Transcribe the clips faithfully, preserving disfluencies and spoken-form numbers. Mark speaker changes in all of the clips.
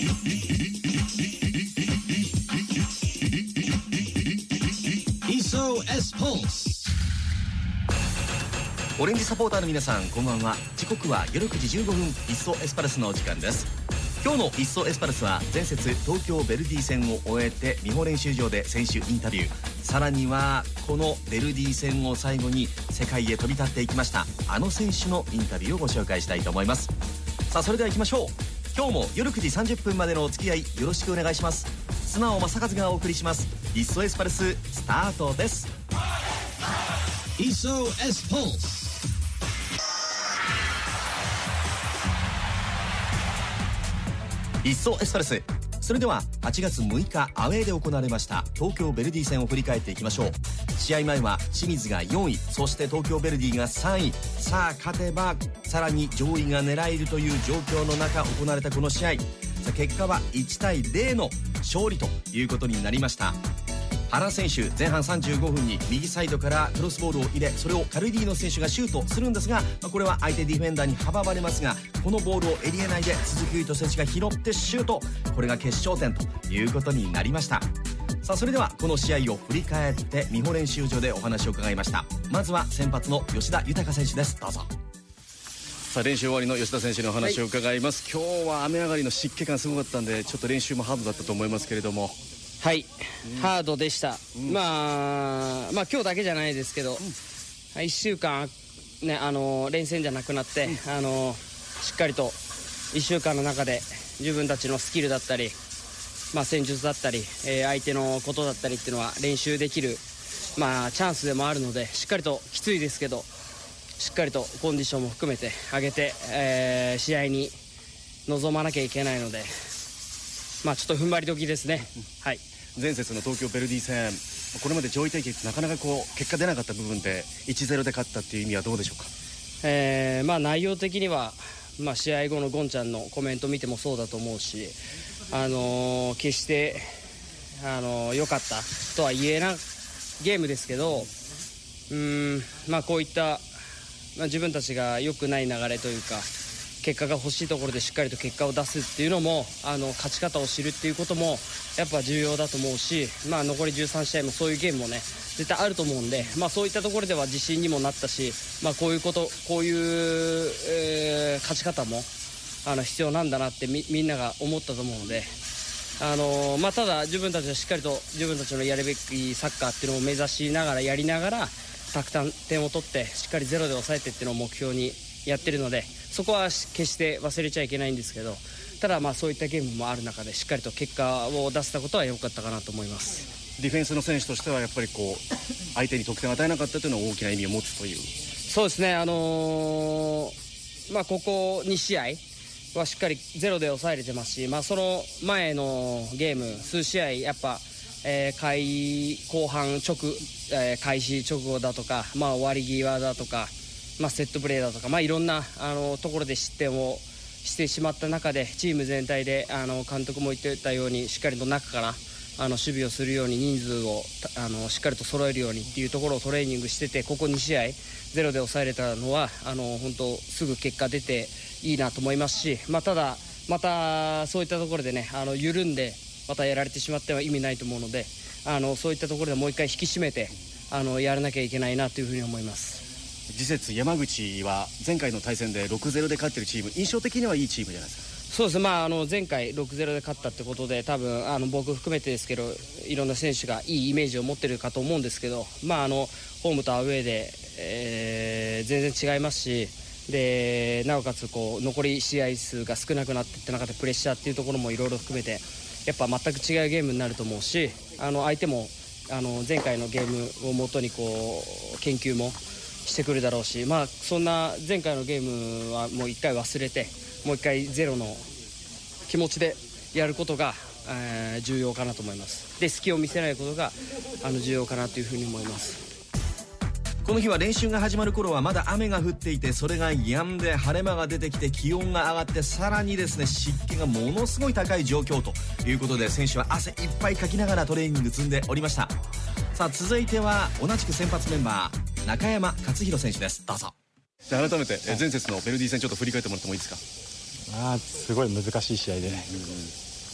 Speaker 1: エスオーエス Pulse。
Speaker 2: オレンジサポーターの皆さん、こんばんは。時刻は夜くじじゅうごふん、イッソエスパルスの時間です。今日のイッソエスパルスは前節東京ベルディ戦を終えて美穂練習場で選手インタビュー、さらにはこのベルディ戦を最後に世界へ飛び立っていきましたあの選手のインタビューをご紹介したいと思います。さあそれでは行きましょう。今日も夜くじさんじゅっぷんまでのお付き合いよろしくお願いします。砂尾正和がお送りしますイッソエスパルス、スタートです。
Speaker 1: エスオーエス Pulse。
Speaker 2: イッソエスパルス。それでははちがつむいかアウェーで行われました東京ベルディ戦を振り返っていきましょう。試合前は清水がよんい、そして東京ベルディがさんい。さあ勝てばさらに上位が狙えるという状況の中行われたこの試合、さあ結果はいちたいゼロの勝利ということになりました。原選手前半さんじゅうごふんに右サイドからクロスボールを入れ、それをカルディーノ選手がシュートするんですが、これは相手ディフェンダーに阻まれますが、このボールをエリア内で鈴木唯人選手が拾ってシュート、これが決勝点ということになりました。さあそれではこの試合を振り返って美穂練習場でお話を伺いました。まずは先発の吉田豊選手です。どうぞ。さあ練習終わりの吉田選手のお話を伺います、はい、今日は雨上がりの湿気感すごかったんでちょっと練習もハードだったと思いますけれども。
Speaker 3: はい、うん、ハードでした、うん、まあまあ今日だけじゃないですけど、うん、いっしゅうかん、ね、あの連戦じゃなくなって、うん、あのしっかりといっしゅうかんの中で自分たちのスキルだったり、まあ、戦術だったり、えー、相手のことだったりっていうのは練習できる、まあ、チャンスでもあるので、しっかりときついですけどしっかりとコンディションも含めて上げて、えー、試合に臨まなきゃいけないので、まあちょっと踏ん張り時ですね、うん、はい。
Speaker 2: 前節の東京ベルディ戦、これまで上位対決なかなかこう結果出なかった部分で いちたいゼロ で勝ったっていう意味はどうでしょうか。
Speaker 3: えー、まあ内容的には、まあ、試合後のゴンちゃんのコメント見てもそうだと思うし、あのー、決してあのー、良かったとは言えないゲームですけど、うーん、まあこういった、まあ、自分たちが良くない流れというか結果が欲しいところでしっかりと結果を出すっていうのも、あの勝ち方を知るっていうこともやっぱ重要だと思うし、まあ、残りじゅうさんしあいもそういうゲームもね絶対あると思うんで、まあ、そういったところでは自信にもなったし、まあ、こういうことこういう、えー、勝ち方もあの必要なんだなって み, みんなが思ったと思うので、あのーまあ、ただ自分たちはしっかりと自分たちのやるべきサッカーっていうのを目指しながらやりながらたくさん点を取ってしっかりゼロで抑えてっていうのを目標にやってるので、そこは決して忘れちゃいけないんですけど、ただまあそういったゲームもある中でしっかりと結果を出せたことは良かったかなと思います。
Speaker 2: ディフェンスの選手としてはやっぱりこう相手に得点を与えなかったというのは大きな意味を持つという。
Speaker 3: そうですね、あのーまあ、ここにしあいはしっかりゼロで抑えれてますし、まあ、その前のゲーム数試合やっぱ、えー、開後半直、えー、開始直後だとか、まあ、終わり際だとか、まあ、セットプレーだとか、まあ、いろんなあのところで失点をしてしまった中でチーム全体であの監督も言ってたようにしっかりと中からあの守備をするように人数をあのしっかりと揃えるようにっていうところをトレーニングしてて、ここにしあいゼロで抑えれたのはあの本当すぐ結果出ていいなと思いますし、まあ、ただまたそういったところでねあの緩んでまたやられてしまっては意味ないと思うので、あのそういったところでもう一回引き締めてあのやらなきゃいけないなというふうに思います。
Speaker 2: 次節山口は前回の対戦で ろくたいゼロ で勝っているチーム、印象的にはいいチームじゃないですか。
Speaker 3: そうです、まあ、あの前回 ろくたいゼロ で勝ったってことで多分あの僕含めてですけどいろんな選手がいいイメージを持ってるかと思うんですけど、まあ、あのホームとアウェーで、えー、全然違いますし、でなおかつこう残り試合数が少なくなっていった中でプレッシャーっていうところもいろいろ含めてやっぱ全く違うゲームになると思うし、あの相手もあの前回のゲームをもとにこう研究もしてくるだろうし、まあ、そんな前回のゲームはもう一回忘れてもう一回ゼロの気持ちでやることが、えー、重要かなと思います。で隙を見せないことがあの重要かなというふうに思います。
Speaker 2: この日は練習が始まる頃はまだ雨が降っていて、それが止んで晴れ間が出てきて気温が上がって、さらにですね湿気がものすごい高い状況ということで選手は汗いっぱいかきながらトレーニング積んでおりました。さあ続いては同じく先発メンバー中山勝弘選手です。どうぞ。じゃあ改めて前節のベルディ戦ちょっと振り返ってもらってもいいですか。
Speaker 4: あすごい難しい試合で、うん、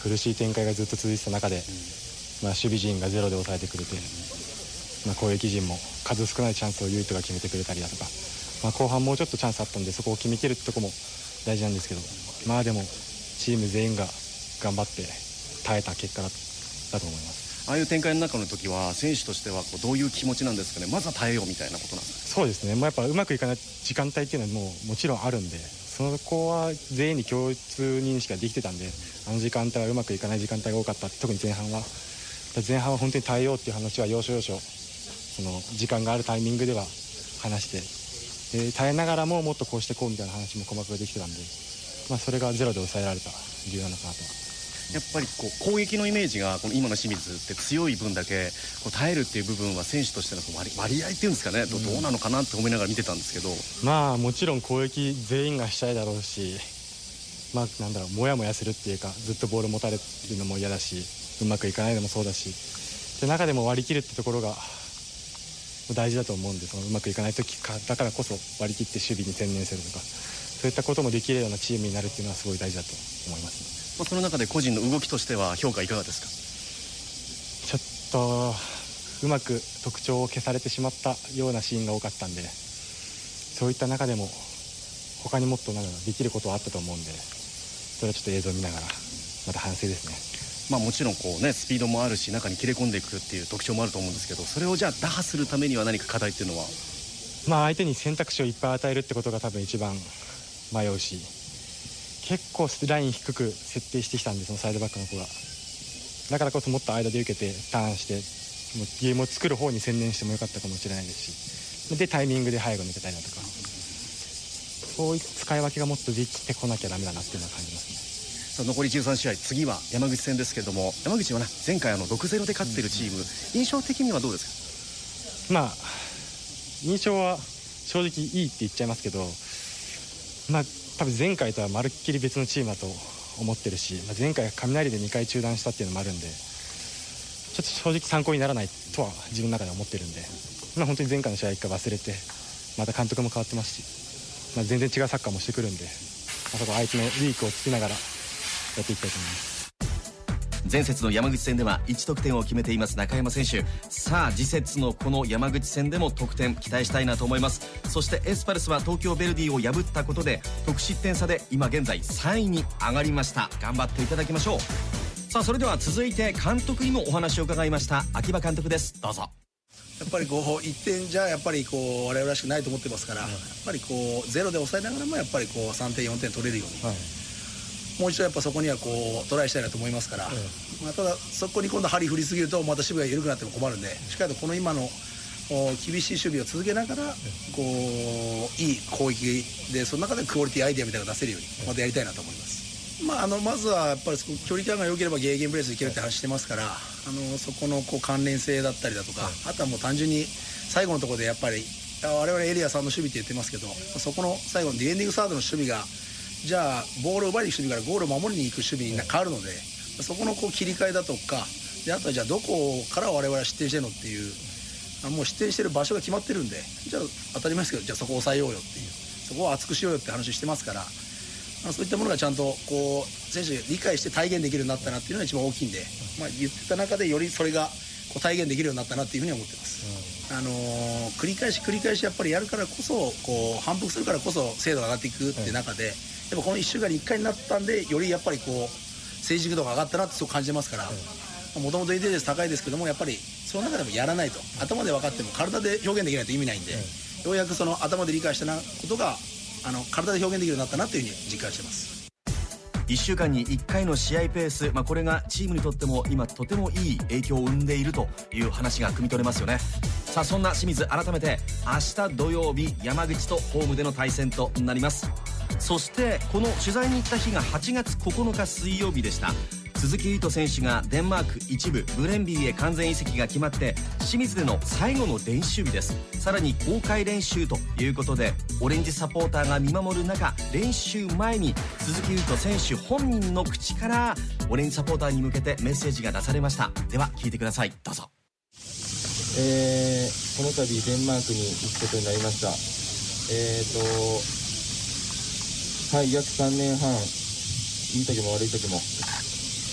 Speaker 4: 苦しい展開がずっと続いてた中で、まあ、守備陣がゼロで抑えてくれて、まあ、攻撃陣も数少ないチャンスをユイトが決めてくれたりだとか、まあ、後半もうちょっとチャンスあったんでそこを決めきるってとこも大事なんですけど、まあでもチーム全員が頑張って耐えた結果だだと思います。
Speaker 2: ああいう展開の中の時は選手としてはこうどういう気持ちなんですかね。まずは耐えようみたいなことなんですか。
Speaker 4: そうですね、まあ、やっぱうまくいかない時間帯っていうのはもうもちろんあるんで、そこは全員に共通認識ができてたんで、あの時間帯はうまくいかない時間帯が多かった。特に前半は前半は本当に耐えようっていう話は要所要所その時間があるタイミングでは話して、で耐えながらももっとこうしてこうみたいな話も細かくできてたんで、まあ、それがゼロで抑えられた理由なのかなとは。
Speaker 2: やっぱりこう攻撃のイメージがこの今の清水って強い分だけこう耐えるっていう部分は選手としての割割合っていうんですかね、どうなのかなって思いながら見てたんですけど、
Speaker 4: まあもちろん攻撃全員がしたいだろうし、まあなんだろうモヤモヤするっていうか、ずっとボール持たれるのも嫌だし、うまくいかないのもそうだし、で中でも割り切るってところが大事だと思うんで、そのうまくいかない時かだからこそ割り切って守備に専念するとか、そういったこともできるようなチームになるっていうのはすごい大事だと思います。
Speaker 2: まあ、その中で個人の動きとしては評価いかがですか。
Speaker 4: ちょっとうまく特徴を消されてしまったようなシーンが多かったんで、そういった中でも他にもっとなんかできることはあったと思うんで、それはちょっと映像を見ながらまた反省ですね。
Speaker 2: まあ、もちろんこう、ね、スピードもあるし中に切れ込んでいくっていう特徴もあると思うんですけど、それをじゃあ打破するためには何か課題っていうのは。
Speaker 4: まあ相手に選択肢をいっぱい与えるってことが多分一番迷うし、結構ライン低く設定してきたんで、そのサイドバックの子がだからこそもっと間で受けてターンしてもうゲームを作る方に専念してもよかったかもしれないですし、でタイミングで背後抜けたりだとか、そういう使い分けがもっとできてこなきゃダメだなっていうのは感じますね。
Speaker 2: 残りじゅうさん試合、次は山口戦ですけれども、山口は、ね、前回あの ろくたいゼロ で勝っているチーム、うん、印象的にはどうですか。
Speaker 4: まあ印象は正直いいって言っちゃいますけど、まあ多分前回とはまるっきり別のチームだと思ってるし、まあ、前回雷でにかい中断したっていうのもあるんで、ちょっと正直参考にならないとは自分の中で思ってるんで、まあ、本当に前回の試合一回忘れて、また監督も変わってますし、まあ、全然違うサッカーもしてくるんで、まあ、そこ相手のウィークをつきながらやっていきたいと思います。
Speaker 2: 前節の山口戦ではいち得点を決めています中山選手。さあ次節のこの山口戦でも得点期待したいなと思います。そしてエスパルスは東京ヴェルディを破ったことで得失点差で今現在さんいに上がりました。頑張っていただきましょう。さあそれでは続いて監督にもお話を伺いました。秋葉監督です。どうぞ。
Speaker 5: やっぱりこういってんじゃやっぱりこう我々らしくないと思ってますから、はい、やっぱりこうゼロで抑えながらもやっぱりこうさんてんよんてん取れるように、はい、もう一度やっぱそこにはこうトライしたいなと思いますから、はい、まあ、ただそこに今度針振りすぎるとまた守備が緩くなっても困るんで、しっかりとこの今の厳しい守備を続けながらこういい攻撃で、その中でクオリティアイデアみたいなのが出せるようにまたやりたいなと思います。まあ、あのまずはやっぱり距離感が良ければゲーゲンプレスいけるって話してますから、あのそこのこう関連性だったりだとか、はい、あとはもう単純に最後のところでやっぱり我々エリアさんの守備って言ってますけど、そこの最後のディフェンディングサードの守備がじゃあボールを奪いに行く守備からゴールを守りに行く守備に変わるので、そこのこう切り替えだとかで、あとはじゃあどこから我々は失点してるのっていう、もう失点してる場所が決まってるんで、じゃあ当たり前ですけどじゃあそこを抑えようよっていう、そこを厚くしようよって話してますから、そういったものがちゃんとこう選手が理解して体現できるようになったなっていうのが一番大きいんで、まあ、言ってた中でよりそれがこう体現できるようになったなっていうふうに思ってます、うん、あのー、繰り返し繰り返しやっぱりやるからこそこう反復するからこそ精度が上がっていくって中で、うん、やっぱこのいっしゅうかんにいっかいになったんでよりやっぱりこう成熟度が上がったなってそう感じてますから、もともとインテリジェンス高いですけども、やっぱりその中でもやらないと頭で分かっても体で表現できないと意味ないんで、うん、ようやくその頭で理解したなことがあの体で表現できるようになったなというふうに実感してます。
Speaker 2: いっしゅうかんにいっかいの試合ペース、まあ、これがチームにとっても今とてもいい影響を生んでいるという話が汲み取れますよね。さあそんな清水、改めて明日土曜日山口とホームでの対戦となります。そしてこの取材に行った日がはちがつここのか水曜日でした。鈴木唯人選手がデンマーク一部ブレンビーへ完全移籍が決まって清水での最後の練習日です。さらに公開練習ということでオレンジサポーターが見守る中、練習前に鈴木唯人選手本人の口からオレンジサポーターに向けてメッセージが出されました。では聞いてください、どうぞ。
Speaker 6: えー、この度デンマークに行くことになりました。えーとはい約さんねんはん、いい時も悪い時も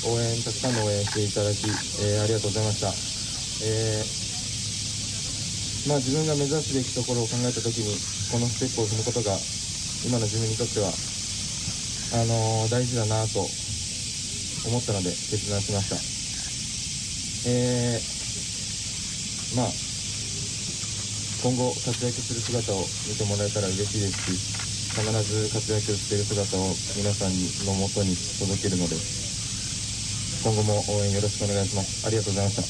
Speaker 6: 応援たくさんの応援していただき、えー、ありがとうございました。えー、まあ自分が目指すべきところを考えたときにこのステップを踏むことが今の自分にとってはあのー、大事だなと思ったので決断しました。えー、まあ今後活躍する姿を見てもらえたら嬉しいですし、必ず活躍している姿を皆さんのもとに届けるので、今後も応援よろしくお願いします。ありがとうございました。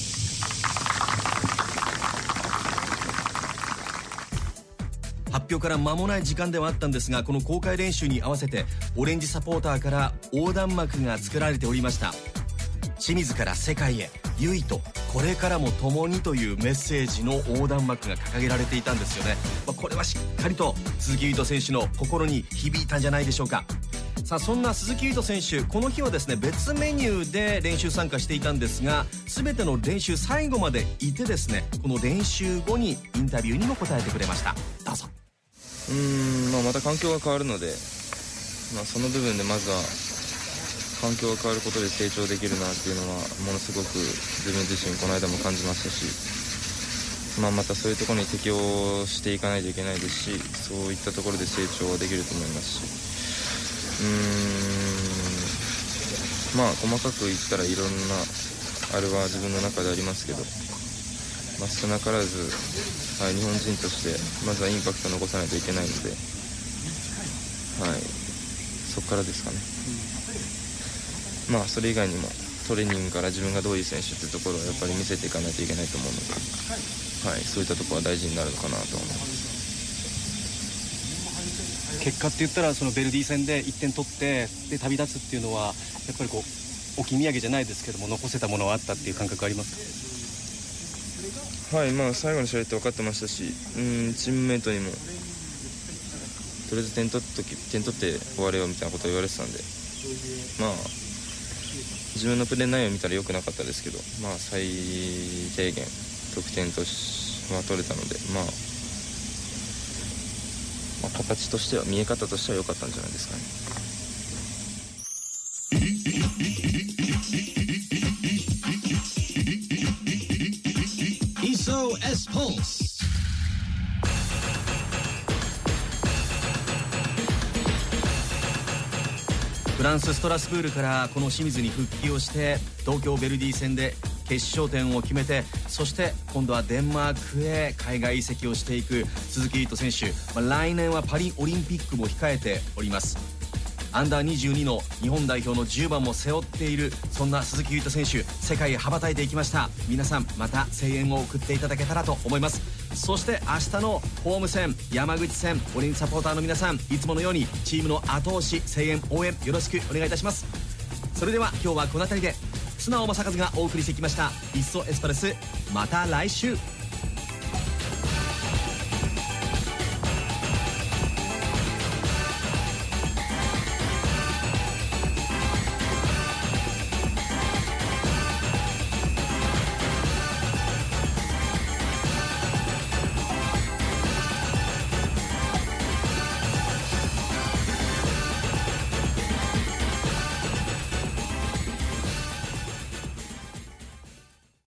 Speaker 2: 発表から間もない時間ではあったんですが、この公開練習に合わせてオレンジサポーターから横断幕が作られておりました。清水から世界へ、ゆいとこれからも共にというメッセージの横断幕が掲げられていたんですよね。まあ、これはしっかりと鈴木唯人選手の心に響いたんじゃないでしょうか。さあそんな鈴木唯人選手、この日はですね別メニューで練習参加していたんですが、全ての練習最後までいてですね、この練習後にインタビューにも答えてくれました。どうぞ。
Speaker 7: うーん、まあ、また環境が変わるので、まあ、その部分でまずは環境が変わることで成長できるなっていうのはものすごく自分自身この間も感じましたし、まあ、またそういうところに適応していかないといけないですし、そういったところで成長はできると思いますし、うーん、まあ細かく言ったらいろんなあれは自分の中でありますけど、まあ、少なからず、はい、日本人としてまずはインパクトを残さないといけないので、はい、そこからですかね。まあそれ以外にもトレーニングから自分がどういう選手っていうところをやっぱり見せていかないといけないと思うので、はい、そういったところは大事になるのかなと思います。
Speaker 8: 結果って言ったらそのベルディ戦でいってん取ってで旅立つっていうのはやっぱりこう置き土産じゃないですけども残せたものはあったっていう感覚ありますか？
Speaker 7: はい、まあ最後の試合って分かってましたし、うんチームメイトにもとりあえず点取った時点取って終われよみたいなことを言われてたんで、まあ自分のプレー内容を見たら良くなかったですけど、まあ最低限得点とは取れたので、まあ、まあ形としては見え方としては良かったんじゃないですかね。
Speaker 1: イソエスポーツ。
Speaker 2: フランス・ストラスブールからこの清水に復帰をして東京ベルディ戦で決勝点を決めて、そして今度はデンマークへ海外移籍をしていく鈴木唯人選手、まあ、来年はパリオリンピックも控えております。アンダーにじゅうにの日本代表のじゅうばんも背負っているそんな鈴木唯人選手、世界へ羽ばたいていきました。皆さんまた声援を送っていただけたらと思います。そして明日のホーム戦山口戦、オレンジサポーターの皆さん、いつものようにチームの後押し声援応援よろしくお願いいたします。それでは今日はこの辺りで、素直正和がお送りしてきました。いっそエスパルス、また来週。